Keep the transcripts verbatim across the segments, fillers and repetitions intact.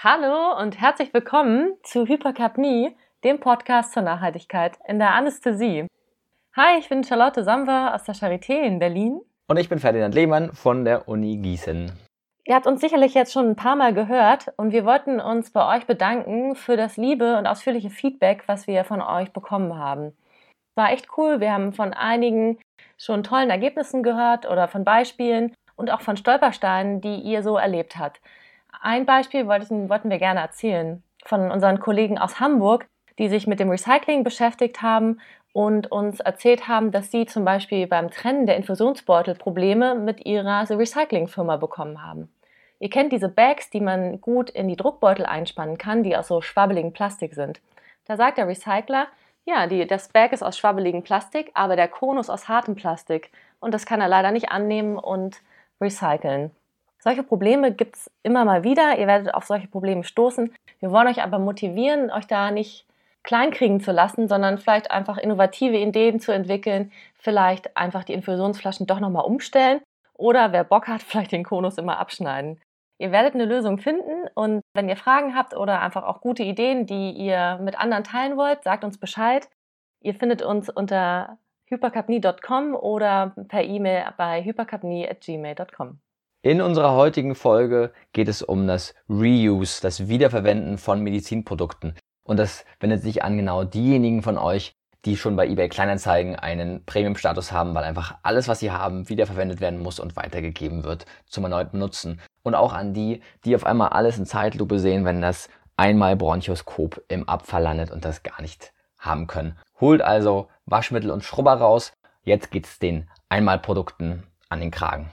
Hallo und herzlich willkommen zu Hypercapnie, dem Podcast zur Nachhaltigkeit in der Anästhesie. Hi, ich bin Charlotte Samwer aus der Charité in Berlin. Und ich bin Ferdinand Lehmann von der Uni Gießen. Ihr habt uns sicherlich jetzt schon ein paar Mal gehört und wir wollten uns bei euch bedanken für das liebe und ausführliche Feedback, was wir von euch bekommen haben. War echt cool, wir haben von einigen schon tollen Ergebnissen gehört oder von Beispielen und auch von Stolpersteinen, die ihr so erlebt habt. Ein Beispiel wollten, wollten wir gerne erzählen von unseren Kollegen aus Hamburg, die sich mit dem Recycling beschäftigt haben und uns erzählt haben, dass sie zum Beispiel beim Trennen der Infusionsbeutel Probleme mit ihrer Recyclingfirma bekommen haben. Ihr kennt diese Bags, die man gut in die Druckbeutel einspannen kann, die aus so schwabbeligem Plastik sind. Da sagt der Recycler, ja, die, das Bag ist aus schwabbeligem Plastik, aber der Konus aus hartem Plastik. Und das kann er leider nicht annehmen und recyceln. Solche Probleme gibt es immer mal wieder. Ihr werdet auf solche Probleme stoßen. Wir wollen euch aber motivieren, euch da nicht kleinkriegen zu lassen, sondern vielleicht einfach innovative Ideen zu entwickeln. Vielleicht einfach die Infusionsflaschen doch nochmal umstellen. Oder wer Bock hat, vielleicht den Konus immer abschneiden. Ihr werdet eine Lösung finden und wenn ihr Fragen habt oder einfach auch gute Ideen, die ihr mit anderen teilen wollt, sagt uns Bescheid. Ihr findet uns unter hypercapnie punkt com oder per E-Mail bei hypercapnie at gmail punkt com. In unserer heutigen Folge geht es um das Reuse, das Wiederverwenden von Medizinprodukten. Und das wendet sich an genau diejenigen von euch, die schon bei eBay Kleinanzeigen einen Premium-Status haben, weil einfach alles, was sie haben, wiederverwendet werden muss und weitergegeben wird zum erneuten Nutzen. Und auch an die, die auf einmal alles in Zeitlupe sehen, wenn das einmal Bronchoskop im Abfall landet und das gar nicht haben können. Holt also Waschmittel und Schrubber raus. Jetzt geht's den Einmalprodukten an den Kragen.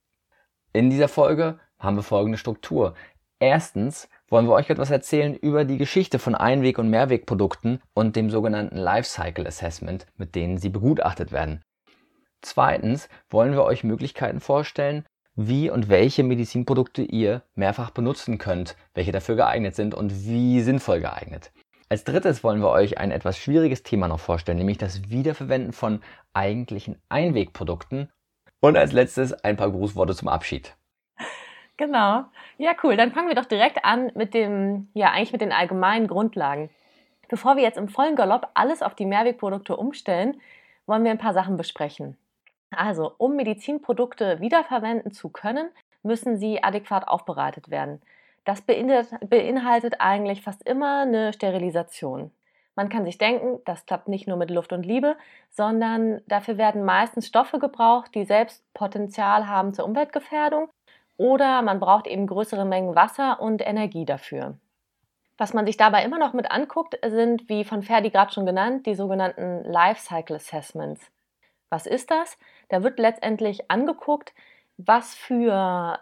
In dieser Folge haben wir folgende Struktur. Erstens wollen wir euch etwas erzählen über die Geschichte von Einweg- und Mehrwegprodukten und dem sogenannten Lifecycle Assessment, mit denen sie begutachtet werden. Zweitens wollen wir euch Möglichkeiten vorstellen, wie und welche Medizinprodukte ihr mehrfach benutzen könnt, welche dafür geeignet sind und wie sinnvoll geeignet. Als drittes wollen wir euch ein etwas schwieriges Thema noch vorstellen, nämlich das Wiederverwenden von eigentlichen Einwegprodukten. Und als letztes ein paar Grußworte zum Abschied. Genau. Ja, cool. Dann fangen wir doch direkt an mit dem, ja, eigentlich mit den allgemeinen Grundlagen. Bevor wir jetzt im vollen Galopp alles auf die Mehrwegprodukte umstellen, wollen wir ein paar Sachen besprechen. Also, um Medizinprodukte wiederverwenden zu können, müssen sie adäquat aufbereitet werden. Das beinhaltet, beinhaltet eigentlich fast immer eine Sterilisation. Man kann sich denken, das klappt nicht nur mit Luft und Liebe, sondern dafür werden meistens Stoffe gebraucht, die selbst Potenzial haben zur Umweltgefährdung oder man braucht eben größere Mengen Wasser und Energie dafür. Was man sich dabei immer noch mit anguckt, sind, wie von Ferdi gerade schon genannt, die sogenannten Lifecycle Assessments. Was ist das? Da wird letztendlich angeguckt, was für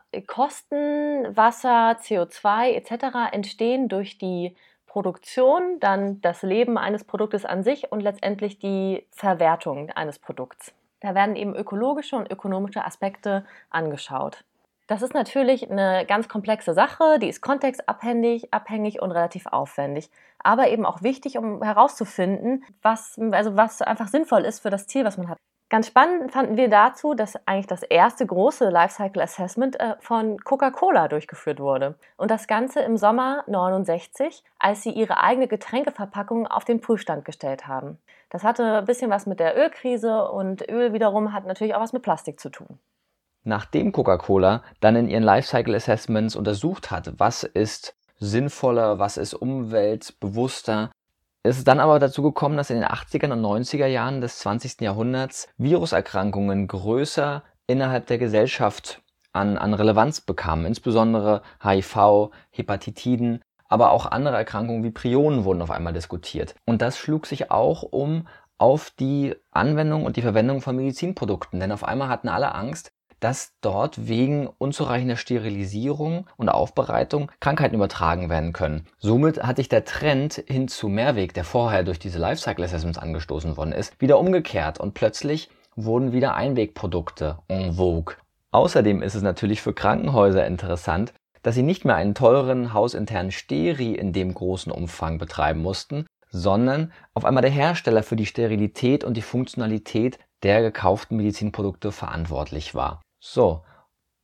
Kosten, Wasser, C O zwei et cetera entstehen durch die Produktion, dann das Leben eines Produktes an sich und letztendlich die Verwertung eines Produkts. Da werden eben ökologische und ökonomische Aspekte angeschaut. Das ist natürlich eine ganz komplexe Sache, die ist kontextabhängig abhängig und relativ aufwendig, aber eben auch wichtig, um herauszufinden, was, also was einfach sinnvoll ist für das Ziel, was man hat. Ganz spannend fanden wir dazu, dass eigentlich das erste große Lifecycle Assessment von Coca-Cola durchgeführt wurde. Und das Ganze im Sommer neunundsechzig, als sie ihre eigene Getränkeverpackung auf den Prüfstand gestellt haben. Das hatte ein bisschen was mit der Ölkrise und Öl wiederum hat natürlich auch was mit Plastik zu tun. Nachdem Coca-Cola dann in ihren Lifecycle Assessments untersucht hat, was ist sinnvoller, was ist umweltbewusster, ist es dann aber dazu gekommen, dass in den achtziger und neunziger Jahren des zwanzigsten Jahrhunderts Viruserkrankungen größer innerhalb der Gesellschaft an, an Relevanz bekamen. Insbesondere H I V, Hepatitiden, aber auch andere Erkrankungen wie Prionen wurden auf einmal diskutiert. Und das schlug sich auch um auf die Anwendung und die Verwendung von Medizinprodukten. Denn auf einmal hatten alle Angst, dass dort wegen unzureichender Sterilisierung und Aufbereitung Krankheiten übertragen werden können. Somit hat sich der Trend hin zu Mehrweg, der vorher durch diese Lifecycle Assessments angestoßen worden ist, wieder umgekehrt und plötzlich wurden wieder Einwegprodukte en vogue. Außerdem ist es natürlich für Krankenhäuser interessant, dass sie nicht mehr einen teuren hausinternen Steri in dem großen Umfang betreiben mussten, sondern auf einmal der Hersteller für die Sterilität und die Funktionalität der gekauften Medizinprodukte verantwortlich war. So,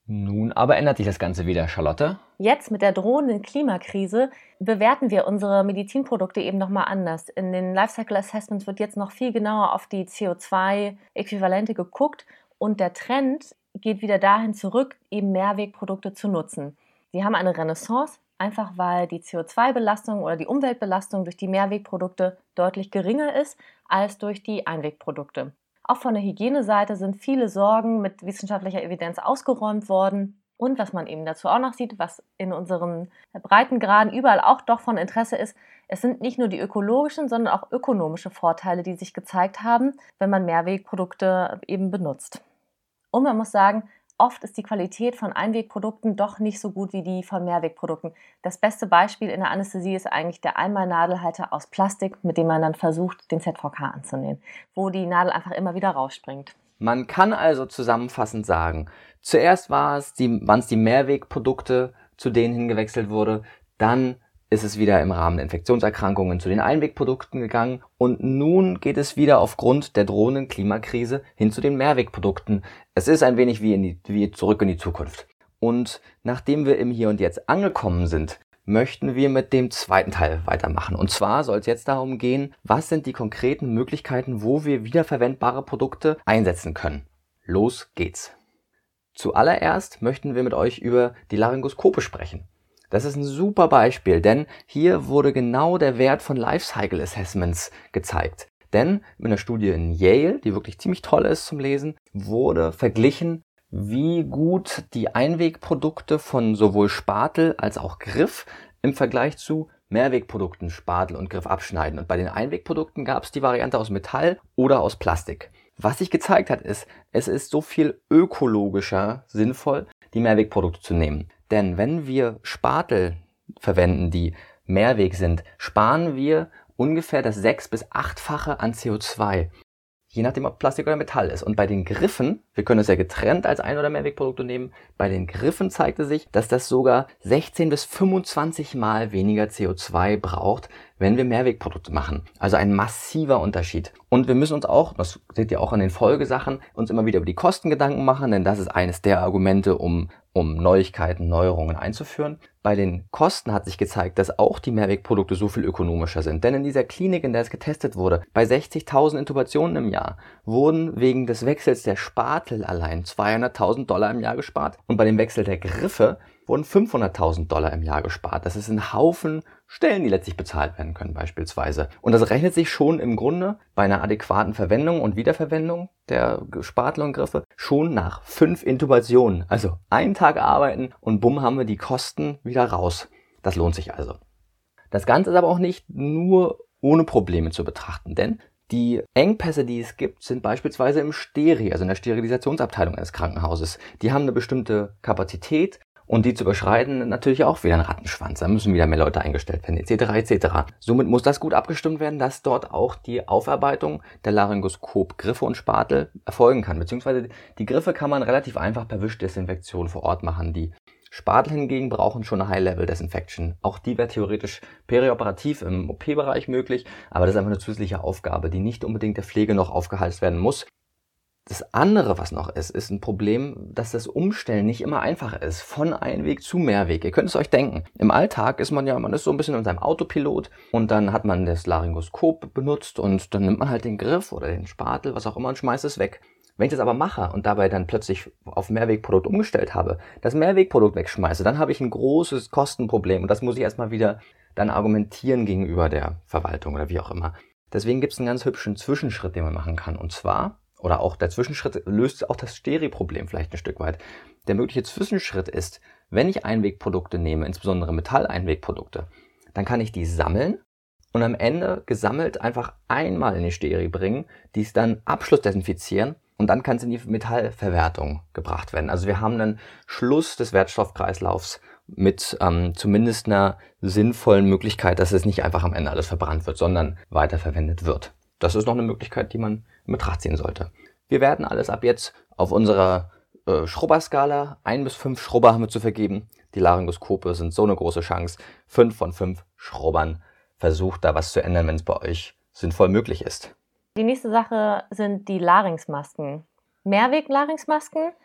Nun aber ändert sich das Ganze wieder, Charlotte. Jetzt mit der drohenden Klimakrise bewerten wir unsere Medizinprodukte eben nochmal anders. In den Lifecycle Assessments wird jetzt noch viel genauer auf die C O zwei Äquivalente geguckt und der Trend geht wieder dahin zurück, eben Mehrwegprodukte zu nutzen. Sie haben eine Renaissance, einfach weil die C O zwei Belastung oder die Umweltbelastung durch die Mehrwegprodukte deutlich geringer ist als durch die Einwegprodukte. Auch von der Hygieneseite sind viele Sorgen mit wissenschaftlicher Evidenz ausgeräumt worden. Und was man eben dazu auch noch sieht, was in unseren Breitengraden überall auch doch von Interesse ist, es sind nicht nur die ökologischen, sondern auch ökonomische Vorteile, die sich gezeigt haben, wenn man Mehrwegprodukte eben benutzt. Und man muss sagen, oft ist die Qualität von Einwegprodukten doch nicht so gut wie die von Mehrwegprodukten. Das beste Beispiel in der Anästhesie ist eigentlich der Einmalnadelhalter aus Plastik, mit dem man dann versucht, den Z V K anzunähen, wo die Nadel einfach immer wieder rausspringt. Man kann also zusammenfassend sagen, zuerst war es die, waren es die Mehrwegprodukte, zu denen hingewechselt wurde, dann ist es wieder im Rahmen der Infektionserkrankungen zu den Einwegprodukten gegangen und nun geht es wieder aufgrund der drohenden Klimakrise hin zu den Mehrwegprodukten. Es ist ein wenig wie, in die, wie zurück in die Zukunft. Und nachdem wir im Hier und Jetzt angekommen sind, möchten wir mit dem zweiten Teil weitermachen. Und zwar soll es jetzt darum gehen, was sind die konkreten Möglichkeiten, wo wir wiederverwendbare Produkte einsetzen können. Los geht's. Zuallererst möchten wir mit euch über die Laryngoskope sprechen. Das ist ein super Beispiel, denn hier wurde genau der Wert von Lifecycle Assessments gezeigt. Denn in einer Studie in Yale, die wirklich ziemlich toll ist zum Lesen, wurde verglichen, wie gut die Einwegprodukte von sowohl Spatel als auch Griff im Vergleich zu Mehrwegprodukten Spatel und Griff abschneiden. Und bei den Einwegprodukten gab es die Variante aus Metall oder aus Plastik. Was sich gezeigt hat, ist, es ist so viel ökologischer sinnvoll, die Mehrwegprodukte zu nehmen. Denn wenn wir Spatel verwenden, die Mehrweg sind, sparen wir ungefähr das sechs- bis achtfache an C O zwei. Je nachdem, ob Plastik oder Metall ist. Und bei den Griffen, wir können es ja getrennt als Ein- oder Mehrwegprodukte nehmen, bei den Griffen zeigte sich, dass das sogar sechzehn bis fünfundzwanzig Mal weniger C O zwei braucht, wenn wir Mehrwegprodukte machen. Also ein massiver Unterschied. Und wir müssen uns auch, das seht ihr auch an den Folgesachen, uns immer wieder über die Kosten Gedanken machen, denn das ist eines der Argumente, um, um Neuigkeiten, Neuerungen einzuführen. Bei den Kosten hat sich gezeigt, dass auch die Mehrwegprodukte so viel ökonomischer sind. Denn in dieser Klinik, in der es getestet wurde, bei sechzigtausend Intubationen im Jahr, wurden wegen des Wechsels der Spatel allein zweihunderttausend Dollar im Jahr gespart. Und bei dem Wechsel der Griffe wurden fünfhunderttausend Dollar im Jahr gespart. Das ist ein Haufen Stellen, die letztlich bezahlt werden können beispielsweise. Und das rechnet sich schon im Grunde bei einer adäquaten Verwendung und Wiederverwendung der Spatel und Griffe schon nach fünf Intubationen. Also einen Tag arbeiten und bumm haben wir die Kosten wieder raus. Das lohnt sich also. Das Ganze ist aber auch nicht nur ohne Probleme zu betrachten, denn die Engpässe, die es gibt, sind beispielsweise im Steri, also in der Sterilisationsabteilung eines Krankenhauses. Die haben eine bestimmte Kapazität. Und die zu überschreiten, natürlich auch wieder ein Rattenschwanz. Da müssen wieder mehr Leute eingestellt werden, et cetera et cetera. Somit muss das gut abgestimmt werden, dass dort auch die Aufarbeitung der Laryngoskop-Griffe und Spatel erfolgen kann. Beziehungsweise die Griffe kann man relativ einfach per Wischdesinfektion vor Ort machen. Die Spatel hingegen brauchen schon eine High-Level-Desinfection. Auch die wäre theoretisch perioperativ im O P-Bereich möglich, aber das ist einfach eine zusätzliche Aufgabe, die nicht unbedingt der Pflege noch aufgehalst werden muss. Das andere, was noch ist, ist ein Problem, dass das Umstellen nicht immer einfach ist, von Einweg zu Mehrweg. Ihr könnt es euch denken. Im Alltag ist man ja, man ist so ein bisschen in seinem Autopilot und dann hat man das Laryngoskop benutzt und dann nimmt man halt den Griff oder den Spatel, was auch immer, und schmeißt es weg. Wenn ich das aber mache und dabei dann plötzlich auf Mehrwegprodukt umgestellt habe, das Mehrwegprodukt wegschmeiße, dann habe ich ein großes Kostenproblem und das muss ich erstmal wieder dann argumentieren gegenüber der Verwaltung oder wie auch immer. Deswegen gibt es einen ganz hübschen Zwischenschritt, den man machen kann, und zwar, oder auch der Zwischenschritt löst auch das Steri-Problem vielleicht ein Stück weit. Der mögliche Zwischenschritt ist, wenn ich Einwegprodukte nehme, insbesondere Metalleinwegprodukte, dann kann ich die sammeln und am Ende gesammelt einfach einmal in die Steri bringen, dies dann abschlussdesinfizieren und dann kann es in die Metallverwertung gebracht werden. Also wir haben einen Schluss des Wertstoffkreislaufs mit ähm, zumindest einer sinnvollen Möglichkeit, dass es nicht einfach am Ende alles verbrannt wird, sondern weiterverwendet wird. Das ist noch eine Möglichkeit, die man in Betracht ziehen sollte. Wir werden alles ab jetzt auf unserer äh, Schrubber-Skala, ein bis fünf Schrubber haben wir zu vergeben. Die Laryngoskope sind so eine große Chance. Fünf von fünf Schrubbern. Versucht da was zu ändern, wenn es bei euch sinnvoll möglich ist. Die nächste Sache sind die Larynxmasken. Mehrweg-Larynxmasken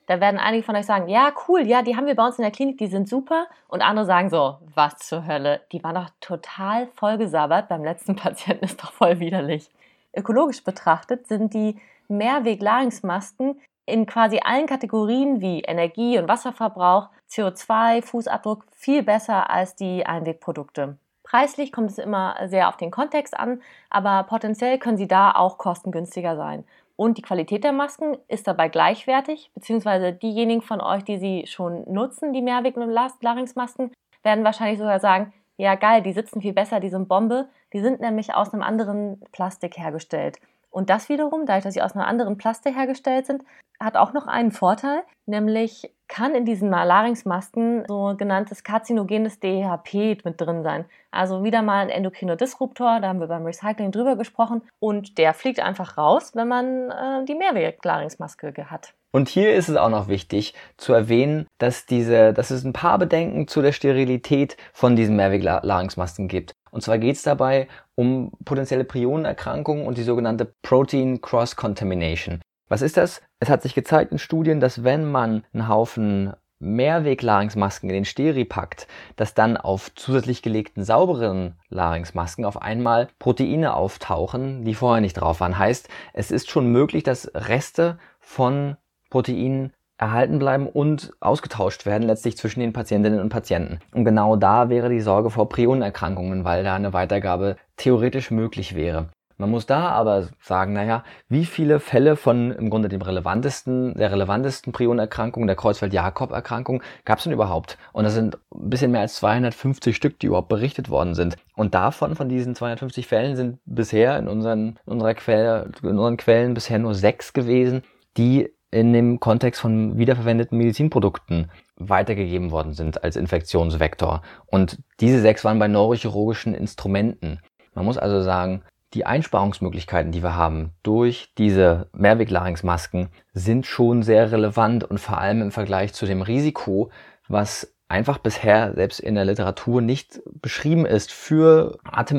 Da werden einige von euch sagen, ja, cool, ja, die haben wir bei uns in der Klinik, die sind super. Und andere sagen so, was zur Hölle, die waren doch total vollgesabbert, beim letzten Patienten ist doch voll widerlich. Ökologisch betrachtet sind die Mehrweg-Larynxmasken in quasi allen Kategorien wie Energie- und Wasserverbrauch, C O zwei, Fußabdruck viel besser als die Einwegprodukte. Preislich kommt es immer sehr auf den Kontext an, aber potenziell können sie da auch kostengünstiger sein. Und die Qualität der Masken ist dabei gleichwertig, beziehungsweise diejenigen von euch, die sie schon nutzen, die Mehrweg- und Larynxmasken, werden wahrscheinlich sogar sagen, ja geil, die sitzen viel besser, die sind Bombe, die sind nämlich aus einem anderen Plastik hergestellt. Und das wiederum, dadurch, dass sie aus einem anderen Plastik hergestellt sind, hat auch noch einen Vorteil, nämlich kann in diesen Larynxmasken sogenanntes karzinogenes D E H P mit drin sein. Also wieder mal ein endokriner Disruptor, da haben wir beim Recycling drüber gesprochen und der fliegt einfach raus, wenn man äh, die Mehrweg-Larynxmaske hat. Und hier ist es auch noch wichtig zu erwähnen, dass, diese, dass es ein paar Bedenken zu der Sterilität von diesen Mehrweg-Larynxmasken gibt. Und zwar geht es dabei um potenzielle Prionenerkrankungen und die sogenannte Protein Cross-Contamination. Was ist das? Es hat sich gezeigt in Studien, dass wenn man einen Haufen Mehrweg-Larynxmasken in den Steri packt, dass dann auf zusätzlich gelegten sauberen Larynxmasken auf einmal Proteine auftauchen, die vorher nicht drauf waren. Heißt, es ist schon möglich, dass Reste von Proteinen erhalten bleiben und ausgetauscht werden, letztlich zwischen den Patientinnen und Patienten. Und genau da wäre die Sorge vor Prionenerkrankungen, weil da eine Weitergabe theoretisch möglich wäre. Man muss da aber sagen, naja, wie viele Fälle von im Grunde dem relevantesten, der relevantesten Prionerkrankung, der Creutzfeldt-Jakob-Erkrankung gab es denn überhaupt? Und das sind ein bisschen mehr als zweihundertfünfzig Stück, die überhaupt berichtet worden sind. Und davon, von diesen zweihundertfünfzig Fällen, sind bisher in unseren, in unserer Quelle, in unseren Quellen bisher nur sechs gewesen, die in dem Kontext von wiederverwendeten Medizinprodukten weitergegeben worden sind als Infektionsvektor. Und diese sechs waren bei neurochirurgischen Instrumenten. Man muss also sagen, die Einsparungsmöglichkeiten, die wir haben durch diese Mehrweg-Larynxmasken, sind schon sehr relevant und vor allem im Vergleich zu dem Risiko, was einfach bisher selbst in der Literatur nicht beschrieben ist für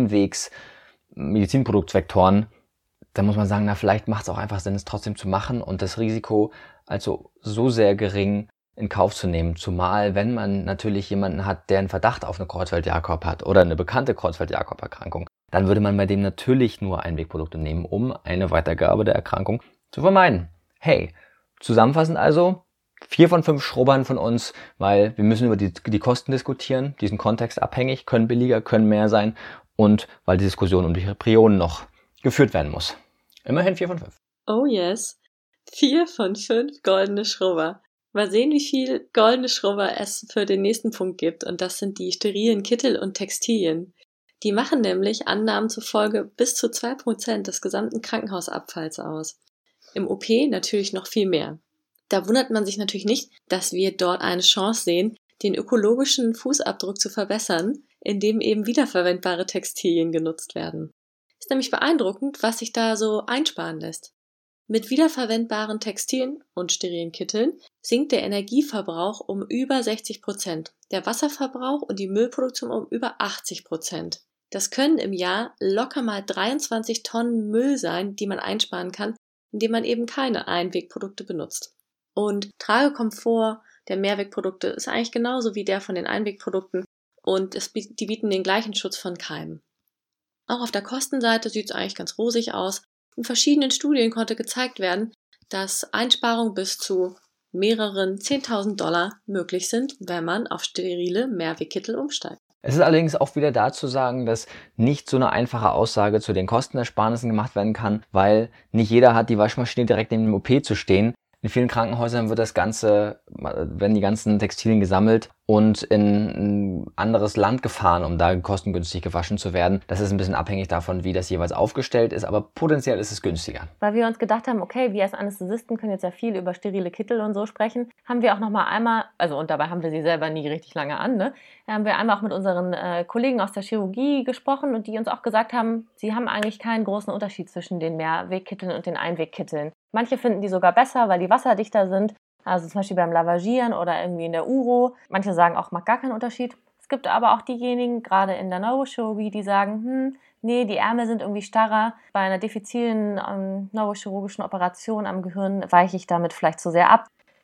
Atemwegs-Medizinproduktvektoren, da muss man sagen, na vielleicht macht es auch einfach Sinn, es trotzdem zu machen und das Risiko also so sehr gering in Kauf zu nehmen. Zumal, wenn man natürlich jemanden hat, der einen Verdacht auf eine Creutzfeldt-Jakob hat oder eine bekannte Creutzfeldt-Jakob-Erkrankung, dann würde man bei dem natürlich nur Einwegprodukte nehmen, um eine Weitergabe der Erkrankung zu vermeiden. Hey, zusammenfassend also, vier von fünf Schrubbern von uns, weil wir müssen über die, die Kosten diskutieren, die sind kontextabhängig, können billiger, können mehr sein und weil die Diskussion um die Prionen noch geführt werden muss. Immerhin vier von fünf. Oh yes, vier von fünf goldene Schrubber. Mal sehen, wie viel goldene Schrubber es für den nächsten Punkt gibt, und das sind die sterilen Kittel und Textilien. Die machen nämlich Annahmen zufolge bis zu zwei Prozent des gesamten Krankenhausabfalls aus. Im O P natürlich noch viel mehr. Da wundert man sich natürlich nicht, dass wir dort eine Chance sehen, den ökologischen Fußabdruck zu verbessern, indem eben wiederverwendbare Textilien genutzt werden. Ist nämlich beeindruckend, was sich da so einsparen lässt. Mit wiederverwendbaren Textilien und sterilen Kitteln sinkt der Energieverbrauch um über sechzig Prozent, der Wasserverbrauch und die Müllproduktion um über achtzig Prozent. Das können im Jahr locker mal dreiundzwanzig Tonnen Müll sein, die man einsparen kann, indem man eben keine Einwegprodukte benutzt. Und Tragekomfort der Mehrwegprodukte ist eigentlich genauso wie der von den Einwegprodukten und es, die bieten den gleichen Schutz von Keimen. Auch auf der Kostenseite sieht es eigentlich ganz rosig aus. In verschiedenen Studien konnte gezeigt werden, dass Einsparungen bis zu mehreren zehntausend Dollar möglich sind, wenn man auf sterile Mehrwegkittel umsteigt. Es ist allerdings auch wieder da zu sagen, dass nicht so eine einfache Aussage zu den Kostenersparnissen gemacht werden kann, weil nicht jeder hat die Waschmaschine direkt neben dem O P zu stehen. In vielen Krankenhäusern wird das Ganze, werden die ganzen Textilien gesammelt und in ein anderes Land gefahren, um da kostengünstig gewaschen zu werden. Das ist ein bisschen abhängig davon, wie das jeweils aufgestellt ist, aber potenziell ist es günstiger. Weil wir uns gedacht haben, okay, wir als Anästhesisten können jetzt ja viel über sterile Kittel und so sprechen, haben wir auch noch mal einmal, also und dabei haben wir sie selber nie richtig lange an, ne, haben wir einmal auch mit unseren äh, Kollegen aus der Chirurgie gesprochen und die uns auch gesagt haben, sie haben eigentlich keinen großen Unterschied zwischen den Mehrwegkitteln und den Einwegkitteln. Manche finden die sogar besser, weil die wasserdichter sind, also zum Beispiel beim Lavagieren oder irgendwie in der Uro. Manche sagen auch, macht gar keinen Unterschied. Es gibt aber auch diejenigen, gerade in der Neurochirurgie, die sagen, hm, nee, die Ärmel sind irgendwie starrer. Bei einer diffizilen ähm, neurochirurgischen Operation am Gehirn weiche ich damit vielleicht zu sehr ab.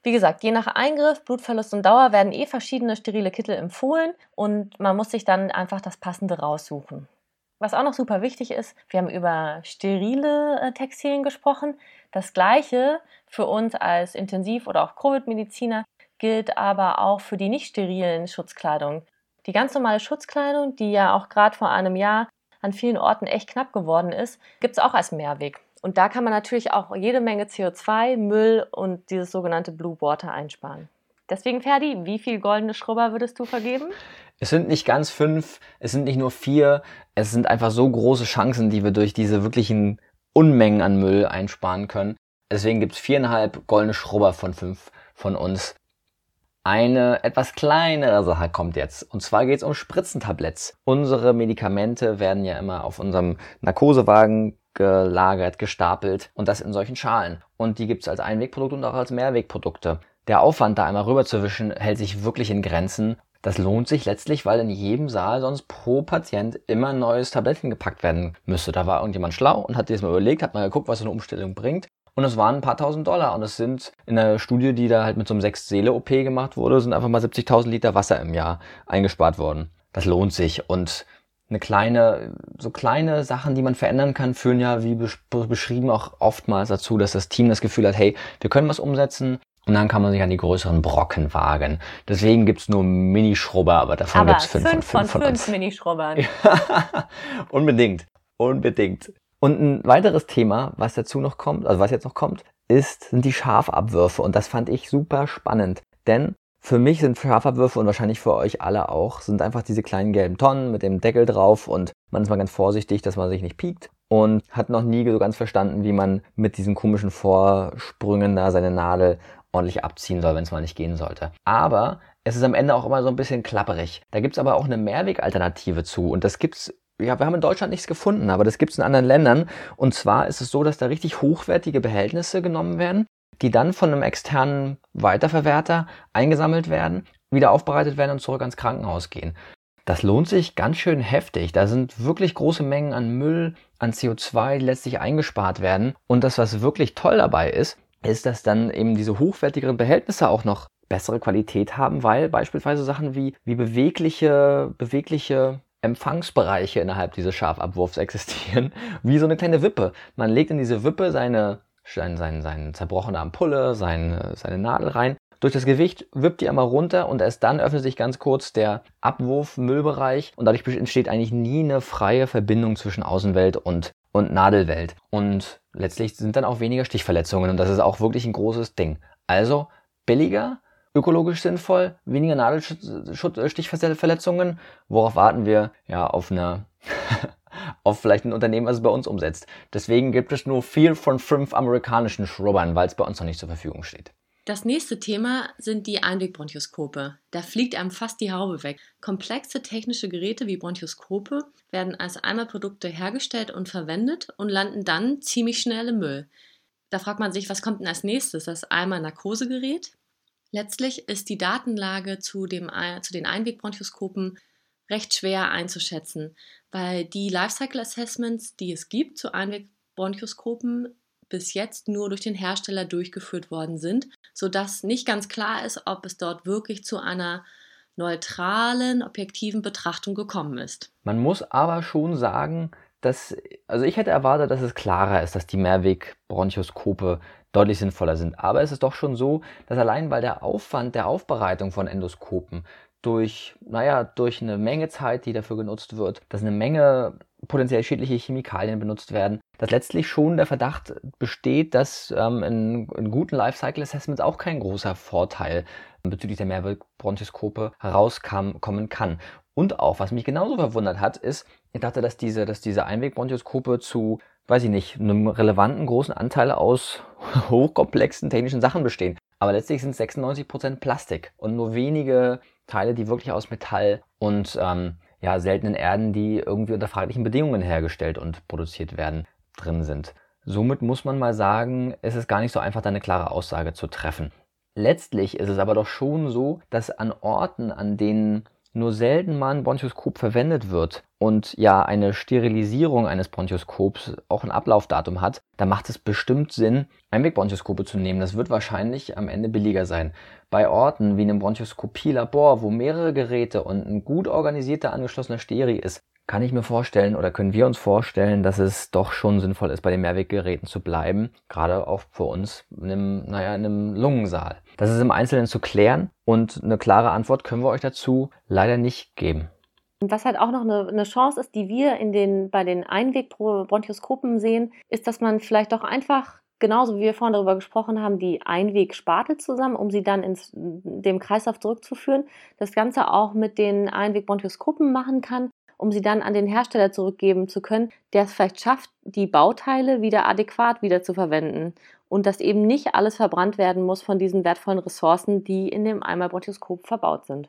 Wie gesagt, je nach Eingriff, Blutverlust und Dauer werden eh verschiedene sterile Kittel empfohlen und man muss sich dann einfach das Passende raussuchen. Was auch noch super wichtig ist, wir haben über sterile äh, Textilien gesprochen. Das Gleiche für uns als Intensiv- oder auch Covid-Mediziner gilt aber auch für die nicht sterilen Schutzkleidung. Die ganz normale Schutzkleidung, die ja auch gerade vor einem Jahr an vielen Orten echt knapp geworden ist, gibt es auch als Mehrweg. Und da kann man natürlich auch jede Menge C O zwei, Müll und dieses sogenannte Blue Water einsparen. Deswegen, Ferdi, wie viel goldene Schrubber würdest du vergeben? Es sind nicht ganz fünf, es sind nicht nur vier, es sind einfach so große Chancen, die wir durch diese wirklichen Unmengen an Müll einsparen können. Deswegen gibt es viereinhalb goldene Schrubber von fünf von uns. Eine etwas kleinere Sache kommt jetzt. Und zwar geht es um Spritzentabletts. Unsere Medikamente werden ja immer auf unserem Narkosewagen gelagert, gestapelt und das in solchen Schalen. Und die gibt es als Einwegprodukte und auch als Mehrwegprodukte. Der Aufwand, da einmal rüberzuwischen, hält sich wirklich in Grenzen. Das lohnt sich letztlich, weil in jedem Saal sonst pro Patient immer ein neues Tablettchen gepackt werden müsste. Da war irgendjemand schlau und hat sich das mal überlegt, hat mal geguckt, was so eine Umstellung bringt. Und es waren ein paar tausend Dollar. Und es sind in einer Studie, die da halt mit so einem Sechs-Seele-O P gemacht wurde, sind einfach mal siebzigtausend Liter Wasser im Jahr eingespart worden. Das lohnt sich. Und eine kleine, so kleine Sachen, die man verändern kann, führen ja, wie beschrieben, auch oftmals dazu, dass das Team das Gefühl hat, hey, wir können was umsetzen. Und dann kann man sich an die größeren Brocken wagen. Deswegen gibt's nur Minischrubber, aber davon aber gibt's fünf, fünf von, fünf von von fünf uns. Minischrubbern. Ja, unbedingt, unbedingt. Und ein weiteres Thema, was dazu noch kommt, also was jetzt noch kommt, ist, sind die Schafabwürfe. Und das fand ich super spannend. Denn für mich sind Schafabwürfe und wahrscheinlich für euch alle auch, sind einfach diese kleinen gelben Tonnen mit dem Deckel drauf und man ist mal ganz vorsichtig, dass man sich nicht piekt. Und hat noch nie so ganz verstanden, wie man mit diesen komischen Vorsprüngen da seine Nadel ordentlich abziehen soll, wenn es mal nicht gehen sollte. Aber es ist am Ende auch immer so ein bisschen klapperig. Da gibt's aber auch eine Mehrwegalternative zu. Und das gibt's, ja, wir haben in Deutschland nichts gefunden, aber das gibt's in anderen Ländern. Und zwar ist es so, dass da richtig hochwertige Behältnisse genommen werden, die dann von einem externen Weiterverwerter eingesammelt werden, wieder aufbereitet werden und zurück ans Krankenhaus gehen. Das lohnt sich ganz schön heftig. Da sind wirklich große Mengen an Müll, an C O zwei, die letztlich eingespart werden. Und das, was wirklich toll dabei ist, ist, dass dann eben diese hochwertigeren Behältnisse auch noch bessere Qualität haben, weil beispielsweise Sachen wie, wie bewegliche, bewegliche Empfangsbereiche innerhalb dieses Schafabwurfs existieren, wie so eine kleine Wippe. Man legt in diese Wippe seine, seine, seine, seine zerbrochene Ampulle, seine, seine Nadel rein. Durch das Gewicht wippt die einmal runter und erst dann öffnet sich ganz kurz der Abwurf-Müllbereich und dadurch entsteht eigentlich nie eine freie Verbindung zwischen Außenwelt und, und Nadelwelt. Und letztlich sind dann auch weniger Stichverletzungen und das ist auch wirklich ein großes Ding. Also billiger, ökologisch sinnvoll, weniger Nadelstichverletzungen. Worauf warten wir? Ja, auf eine auf vielleicht ein Unternehmen, was es bei uns umsetzt. Deswegen gibt es nur vier von fünf amerikanischen Schrubbern, weil es bei uns noch nicht zur Verfügung steht. Das nächste Thema sind die Einwegbronchoskope. Da fliegt einem fast die Haube weg. Komplexe technische Geräte wie Bronchoskope werden als Einmalprodukte hergestellt und verwendet und landen dann ziemlich schnell im Müll. Da fragt man sich, was kommt denn als nächstes? Das Einmal-Narkosegerät? Letztlich ist die Datenlage zu, dem, zu den Einwegbronchoskopen recht schwer einzuschätzen, weil die Lifecycle-Assessments, die es gibt zu Einwegbronchoskopen, bis jetzt nur durch den Hersteller durchgeführt worden sind, sodass nicht ganz klar ist, ob es dort wirklich zu einer neutralen, objektiven Betrachtung gekommen ist. Man muss aber schon sagen, dass, also ich hätte erwartet, dass es klarer ist, dass die Mehrwegbronchoskope deutlich sinnvoller sind. Aber es ist doch schon so, dass allein weil der Aufwand der Aufbereitung von Endoskopen durch, naja, durch eine Menge Zeit, die dafür genutzt wird, dass eine Menge potenziell schädliche Chemikalien benutzt werden, dass letztlich schon der Verdacht besteht, dass ähm, in, in guten Lifecycle-Assessments auch kein großer Vorteil bezüglich der Mehrwegbronchoskope herauskommen kann. Und auch, was mich genauso verwundert hat, ist, ich dachte, dass diese, dass diese Einwegbronchoskope zu, weiß ich nicht, einem relevanten großen Anteil aus hochkomplexen technischen Sachen bestehen. Aber letztlich sind es sechsundneunzig Prozent Plastik und nur wenige Teile, die wirklich aus Metall und ähm, ja, seltenen Erden, die irgendwie unter fraglichen Bedingungen hergestellt und produziert werden, drin sind. Somit muss man mal sagen, es ist gar nicht so einfach, da eine klare Aussage zu treffen. Letztlich ist es aber doch schon so, dass an Orten, an denen nur selten mal ein Bronchoskop verwendet wird und ja eine Sterilisierung eines Bronchoskops auch ein Ablaufdatum hat, dann macht es bestimmt Sinn, Einwegbronchoskope zu nehmen. Das wird wahrscheinlich am Ende billiger sein. Bei Orten wie einem Bronchoskopielabor, wo mehrere Geräte und ein gut organisierter angeschlossener Steri ist, kann ich mir vorstellen oder können wir uns vorstellen, dass es doch schon sinnvoll ist, bei den Mehrweggeräten zu bleiben. Gerade auch für uns in einem, naja, in einem Lungensaal. Das ist im Einzelnen zu klären und eine klare Antwort können wir euch dazu leider nicht geben. Und was halt auch noch eine, eine Chance ist, die wir in den, bei den Einwegbronchoskopen sehen, ist, dass man vielleicht doch einfach, genauso wie wir vorhin darüber gesprochen haben, die Einwegspatel zusammen, um sie dann ins dem Kreislauf zurückzuführen, das Ganze auch mit den Einwegbronchoskopen machen kann, um sie dann an den Hersteller zurückgeben zu können, der es vielleicht schafft, die Bauteile wieder adäquat wieder zu verwenden und dass eben nicht alles verbrannt werden muss von diesen wertvollen Ressourcen, die in dem Einmalbronchoskop verbaut sind.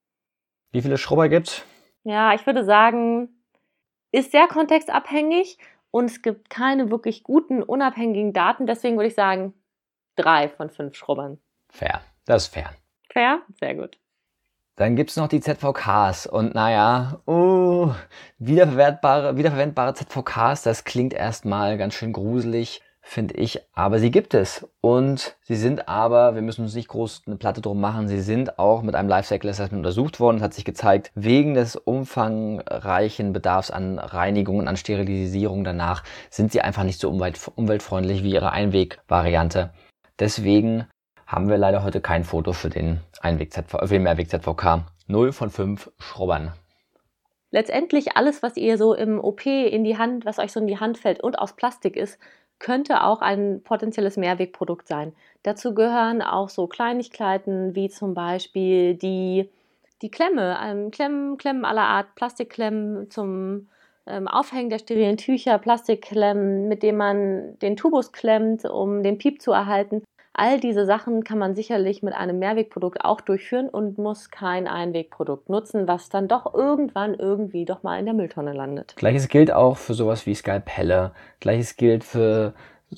Wie viele Schrubber gibt's? Ja, ich würde sagen, ist sehr kontextabhängig und es gibt keine wirklich guten, unabhängigen Daten. Deswegen würde ich sagen, drei von fünf Schrubbern. Fair, das ist fair. Fair? Sehr gut. Dann gibt's noch die Z V Ks und naja, oh, wiederverwertbare, wiederverwendbare Z V Ks, das klingt erstmal ganz schön gruselig, finde ich, aber sie gibt es und sie sind aber, wir müssen uns nicht groß eine Platte drum machen, sie sind auch mit einem Lifecycle Assessment untersucht worden. Es hat sich gezeigt, wegen des umfangreichen Bedarfs an Reinigung und an Sterilisierung danach sind sie einfach nicht so umwelt, umweltfreundlich wie ihre Einwegvariante. Deswegen haben wir leider heute kein Foto für den Einweg-Z V, für den Mehrweg-Z V K. null von fünf Schrubbern. Letztendlich alles, was ihr so im O P in die Hand, was euch so in die Hand fällt und aus Plastik ist, könnte auch ein potenzielles Mehrwegprodukt sein. Dazu gehören auch so Kleinigkeiten wie zum Beispiel die, die Klemme, ähm, Klemmen, Klemmen aller Art, Plastikklemmen zum ähm, Aufhängen der sterilen Tücher, Plastikklemmen, mit denen man den Tubus klemmt, um den Piep zu erhalten. All diese Sachen kann man sicherlich mit einem Mehrwegprodukt auch durchführen und muss kein Einwegprodukt nutzen, was dann doch irgendwann irgendwie doch mal in der Mülltonne landet. Gleiches gilt auch für sowas wie Skalpelle. Gleiches gilt für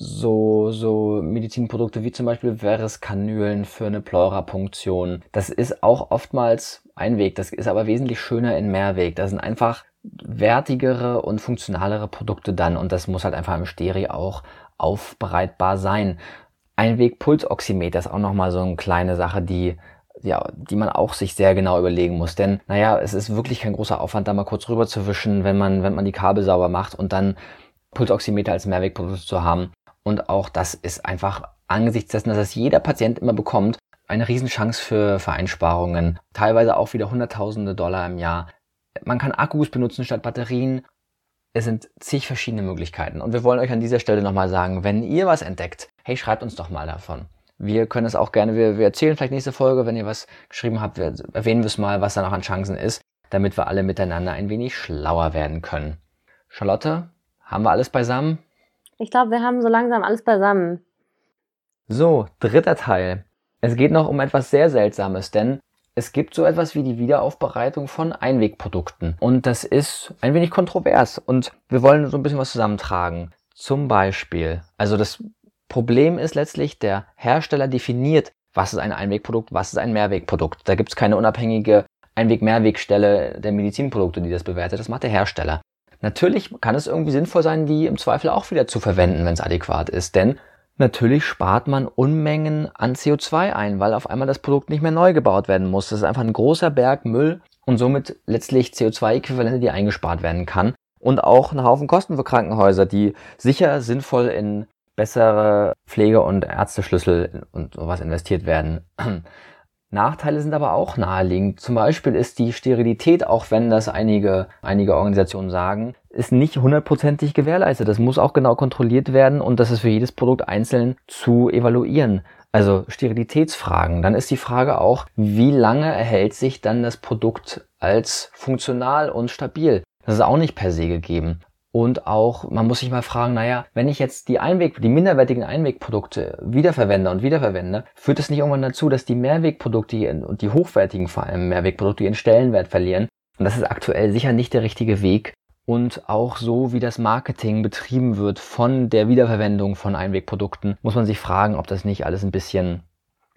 so, so Medizinprodukte wie zum Beispiel Vereskanülen für eine Pleurapunktion. Das ist auch oftmals Einweg, das ist aber wesentlich schöner in Mehrweg. Das sind einfach wertigere und funktionalere Produkte dann und das muss halt einfach im Steri auch aufbereitbar sein. Einweg-Pulsoximeter ist auch nochmal so eine kleine Sache, die, ja, die man auch sich sehr genau überlegen muss. Denn, naja, es ist wirklich kein großer Aufwand, da mal kurz rüber zu wischen, wenn man, wenn man die Kabel sauber macht und dann Pulsoximeter als Mehrwegprodukt zu haben. Und auch das ist einfach angesichts dessen, dass es jeder Patient immer bekommt, eine Riesenchance für, für Einsparungen. Teilweise auch wieder Hunderttausende Dollar im Jahr. Man kann Akkus benutzen statt Batterien. Es sind zig verschiedene Möglichkeiten. Und wir wollen euch an dieser Stelle nochmal sagen, wenn ihr was entdeckt, hey, schreibt uns doch mal davon. Wir können es auch gerne, wir, wir erzählen vielleicht nächste Folge, wenn ihr was geschrieben habt, wir erwähnen wir es mal, was da noch an Chancen ist, damit wir alle miteinander ein wenig schlauer werden können. Charlotte, haben wir alles beisammen? Ich glaube, wir haben so langsam alles beisammen. So, dritter Teil. Es geht noch um etwas sehr Seltsames, denn es gibt so etwas wie die Wiederaufbereitung von Einwegprodukten. Und das ist ein wenig kontrovers. Und wir wollen so ein bisschen was zusammentragen. Zum Beispiel, also das Problem ist letztlich, der Hersteller definiert, was ist ein Einwegprodukt, was ist ein Mehrwegprodukt. Da gibt es keine unabhängige Einweg-Mehrwegstelle der Medizinprodukte, die das bewertet. Das macht der Hersteller. Natürlich kann es irgendwie sinnvoll sein, die im Zweifel auch wieder zu verwenden, wenn es adäquat ist. Denn natürlich spart man Unmengen an C O zwei ein, weil auf einmal das Produkt nicht mehr neu gebaut werden muss. Das ist einfach ein großer Berg Müll und somit letztlich C O zwei Äquivalente, die eingespart werden kann. Und auch ein Haufen Kosten für Krankenhäuser, die sicher sinnvoll in bessere Pflege- und Ärzteschlüssel und sowas investiert werden. Nachteile sind aber auch naheliegend. Zum Beispiel ist die Sterilität, auch wenn das einige, einige Organisationen sagen, ist nicht hundertprozentig gewährleistet. Das muss auch genau kontrolliert werden und das ist für jedes Produkt einzeln zu evaluieren. Also Sterilitätsfragen. Dann ist die Frage auch, wie lange erhält sich dann das Produkt als funktional und stabil? Das ist auch nicht per se gegeben. Und auch, man muss sich mal fragen, naja, wenn ich jetzt die Einweg, die minderwertigen Einwegprodukte wiederverwende und wiederverwende, führt es nicht irgendwann dazu, dass die Mehrwegprodukte und die hochwertigen vor allem Mehrwegprodukte ihren Stellenwert verlieren? Und das ist aktuell sicher nicht der richtige Weg. Und auch so, wie das Marketing betrieben wird von der Wiederverwendung von Einwegprodukten, muss man sich fragen, ob das nicht alles ein bisschen,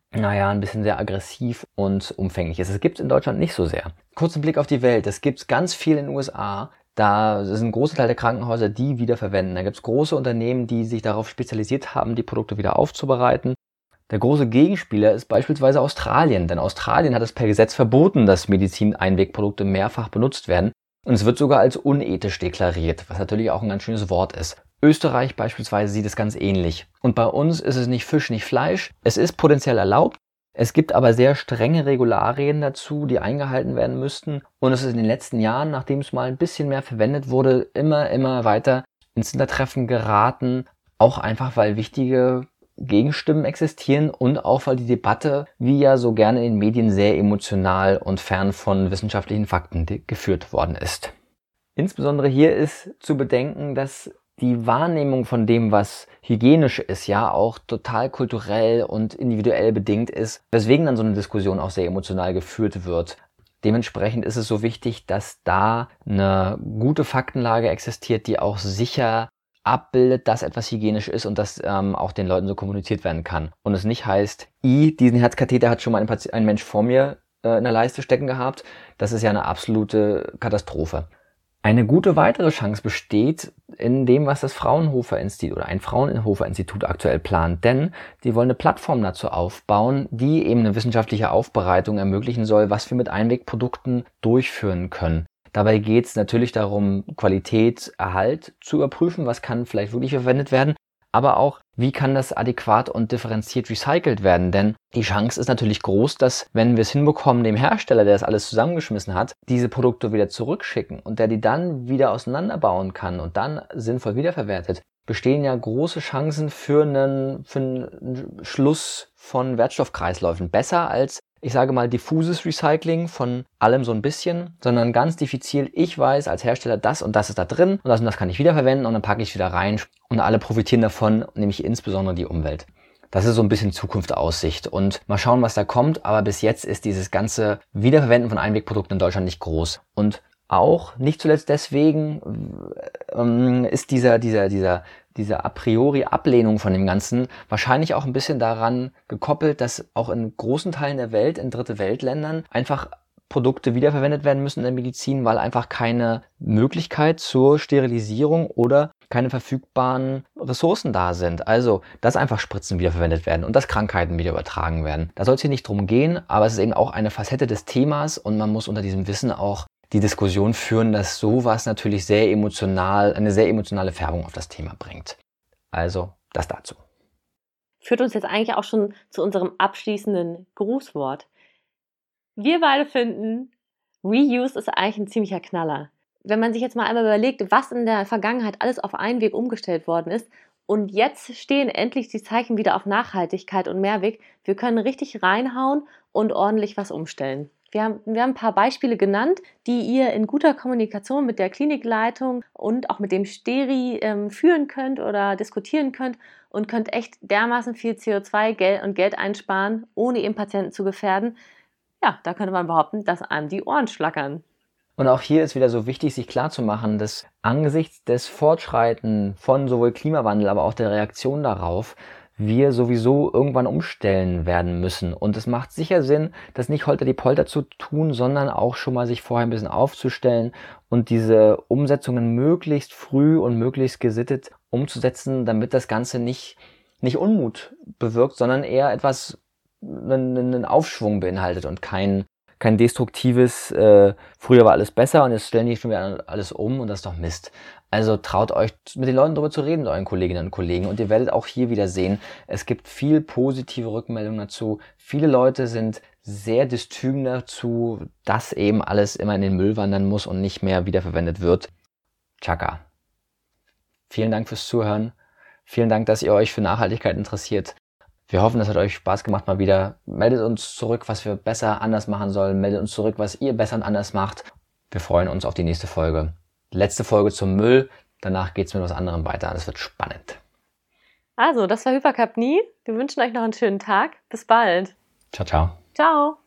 naja, ein bisschen sehr aggressiv und umfänglich ist. Das gibt es in Deutschland nicht so sehr. Kurzen Blick auf die Welt. Das gibt es ganz viel in den U S A. Da sind ein großer Teil der Krankenhäuser, die wiederverwenden. Da gibt es große Unternehmen, die sich darauf spezialisiert haben, die Produkte wieder aufzubereiten. Der große Gegenspieler ist beispielsweise Australien. Denn Australien hat es per Gesetz verboten, dass Medizin-Einwegprodukte mehrfach benutzt werden. Und es wird sogar als unethisch deklariert, was natürlich auch ein ganz schönes Wort ist. Österreich beispielsweise sieht es ganz ähnlich. Und bei uns ist es nicht Fisch, nicht Fleisch. Es ist potenziell erlaubt. Es gibt aber sehr strenge Regularien dazu, die eingehalten werden müssten. Und es ist in den letzten Jahren, nachdem es mal ein bisschen mehr verwendet wurde, immer, immer weiter ins Hintertreffen geraten. Auch einfach, weil wichtige Gegenstimmen existieren und auch, weil die Debatte, wie ja so gerne in den Medien, sehr emotional und fern von wissenschaftlichen Fakten geführt worden ist. Insbesondere hier ist zu bedenken, dass die Wahrnehmung von dem, was hygienisch ist, ja auch total kulturell und individuell bedingt ist, weswegen dann so eine Diskussion auch sehr emotional geführt wird. Dementsprechend ist es so wichtig, dass da eine gute Faktenlage existiert, die auch sicher abbildet, dass etwas hygienisch ist und dass ähm, auch den Leuten so kommuniziert werden kann. Und es nicht heißt, i, diesen Herzkatheter hat schon mal ein, Patient, ein Mensch vor mir äh, in der Leiste stecken gehabt. Das ist ja eine absolute Katastrophe. Eine gute weitere Chance besteht in dem, was das Fraunhofer-Institut oder ein Fraunhofer-Institut aktuell plant. Denn die wollen eine Plattform dazu aufbauen, die eben eine wissenschaftliche Aufbereitung ermöglichen soll, was wir mit Einwegprodukten durchführen können. Dabei geht es natürlich darum, Qualität, Erhalt zu überprüfen, was kann vielleicht wirklich verwendet werden, aber auch, wie kann das adäquat und differenziert recycelt werden, denn die Chance ist natürlich groß, dass, wenn wir es hinbekommen, dem Hersteller, der das alles zusammengeschmissen hat, diese Produkte wieder zurückschicken und der die dann wieder auseinanderbauen kann und dann sinnvoll wiederverwertet, bestehen ja große Chancen für einen, für einen Schluss von Wertstoffkreisläufen. Besser als, ich sage mal, diffuses Recycling von allem so ein bisschen, sondern ganz diffizil, ich weiß als Hersteller, das und das ist da drin und das und das kann ich wiederverwenden und dann packe ich es wieder rein und alle profitieren davon, nämlich insbesondere die Umwelt. Das ist so ein bisschen Zukunftsaussicht und mal schauen, was da kommt, aber bis jetzt ist dieses ganze Wiederverwenden von Einwegprodukten in Deutschland nicht groß. Und auch, nicht zuletzt deswegen, ähm, ist dieser, dieser, dieser, diese a priori Ablehnung von dem Ganzen wahrscheinlich auch ein bisschen daran gekoppelt, dass auch in großen Teilen der Welt, in dritte Weltländern, einfach Produkte wiederverwendet werden müssen in der Medizin, weil einfach keine Möglichkeit zur Sterilisierung oder keine verfügbaren Ressourcen da sind. Also, dass einfach Spritzen wiederverwendet werden und dass Krankheiten wieder übertragen werden. Da soll es hier nicht drum gehen, aber es ist eben auch eine Facette des Themas und man muss unter diesem Wissen auch die Diskussion führen, dass sowas natürlich sehr emotional, eine sehr emotionale Färbung auf das Thema bringt. Also, das dazu. Führt uns jetzt eigentlich auch schon zu unserem abschließenden Grußwort. Wir beide finden, Reuse ist eigentlich ein ziemlicher Knaller. Wenn man sich jetzt mal einmal überlegt, was in der Vergangenheit alles auf Einweg umgestellt worden ist und jetzt stehen endlich die Zeichen wieder auf Nachhaltigkeit und Mehrweg, wir können richtig reinhauen und ordentlich was umstellen. Wir haben, wir haben ein paar Beispiele genannt, die ihr in guter Kommunikation mit der Klinikleitung und auch mit dem Steri ähm, führen könnt oder diskutieren könnt und könnt echt dermaßen viel C O zwei Geld und Geld einsparen, ohne eben Patienten zu gefährden. Ja, da könnte man behaupten, dass einem die Ohren schlackern. Und auch hier ist wieder so wichtig, sich klarzumachen, dass angesichts des Fortschreiten von sowohl Klimawandel, aber auch der Reaktion darauf, wir sowieso irgendwann umstellen werden müssen. Und es macht sicher Sinn, das nicht holter die Polter zu tun, sondern auch schon mal sich vorher ein bisschen aufzustellen und diese Umsetzungen möglichst früh und möglichst gesittet umzusetzen, damit das Ganze nicht, nicht Unmut bewirkt, sondern eher etwas, einen, einen Aufschwung beinhaltet und kein, kein destruktives, äh, früher war alles besser und jetzt stellen die schon wieder alles um und das ist doch Mist. Also traut euch, mit den Leuten darüber zu reden, mit euren Kolleginnen und Kollegen. Und ihr werdet auch hier wieder sehen, es gibt viel positive Rückmeldungen dazu. Viele Leute sind sehr dystym dazu, dass eben alles immer in den Müll wandern muss und nicht mehr wiederverwendet wird. Chaka. Vielen Dank fürs Zuhören. Vielen Dank, dass ihr euch für Nachhaltigkeit interessiert. Wir hoffen, es hat euch Spaß gemacht mal wieder. Meldet uns zurück, was wir besser anders machen sollen. Meldet uns zurück, was ihr besser und anders macht. Wir freuen uns auf die nächste Folge. Letzte Folge zum Müll. Danach geht's mit was anderem weiter. Das wird spannend. Also, das war Hypercapnie. Wir wünschen euch noch einen schönen Tag. Bis bald. Ciao, ciao. Ciao.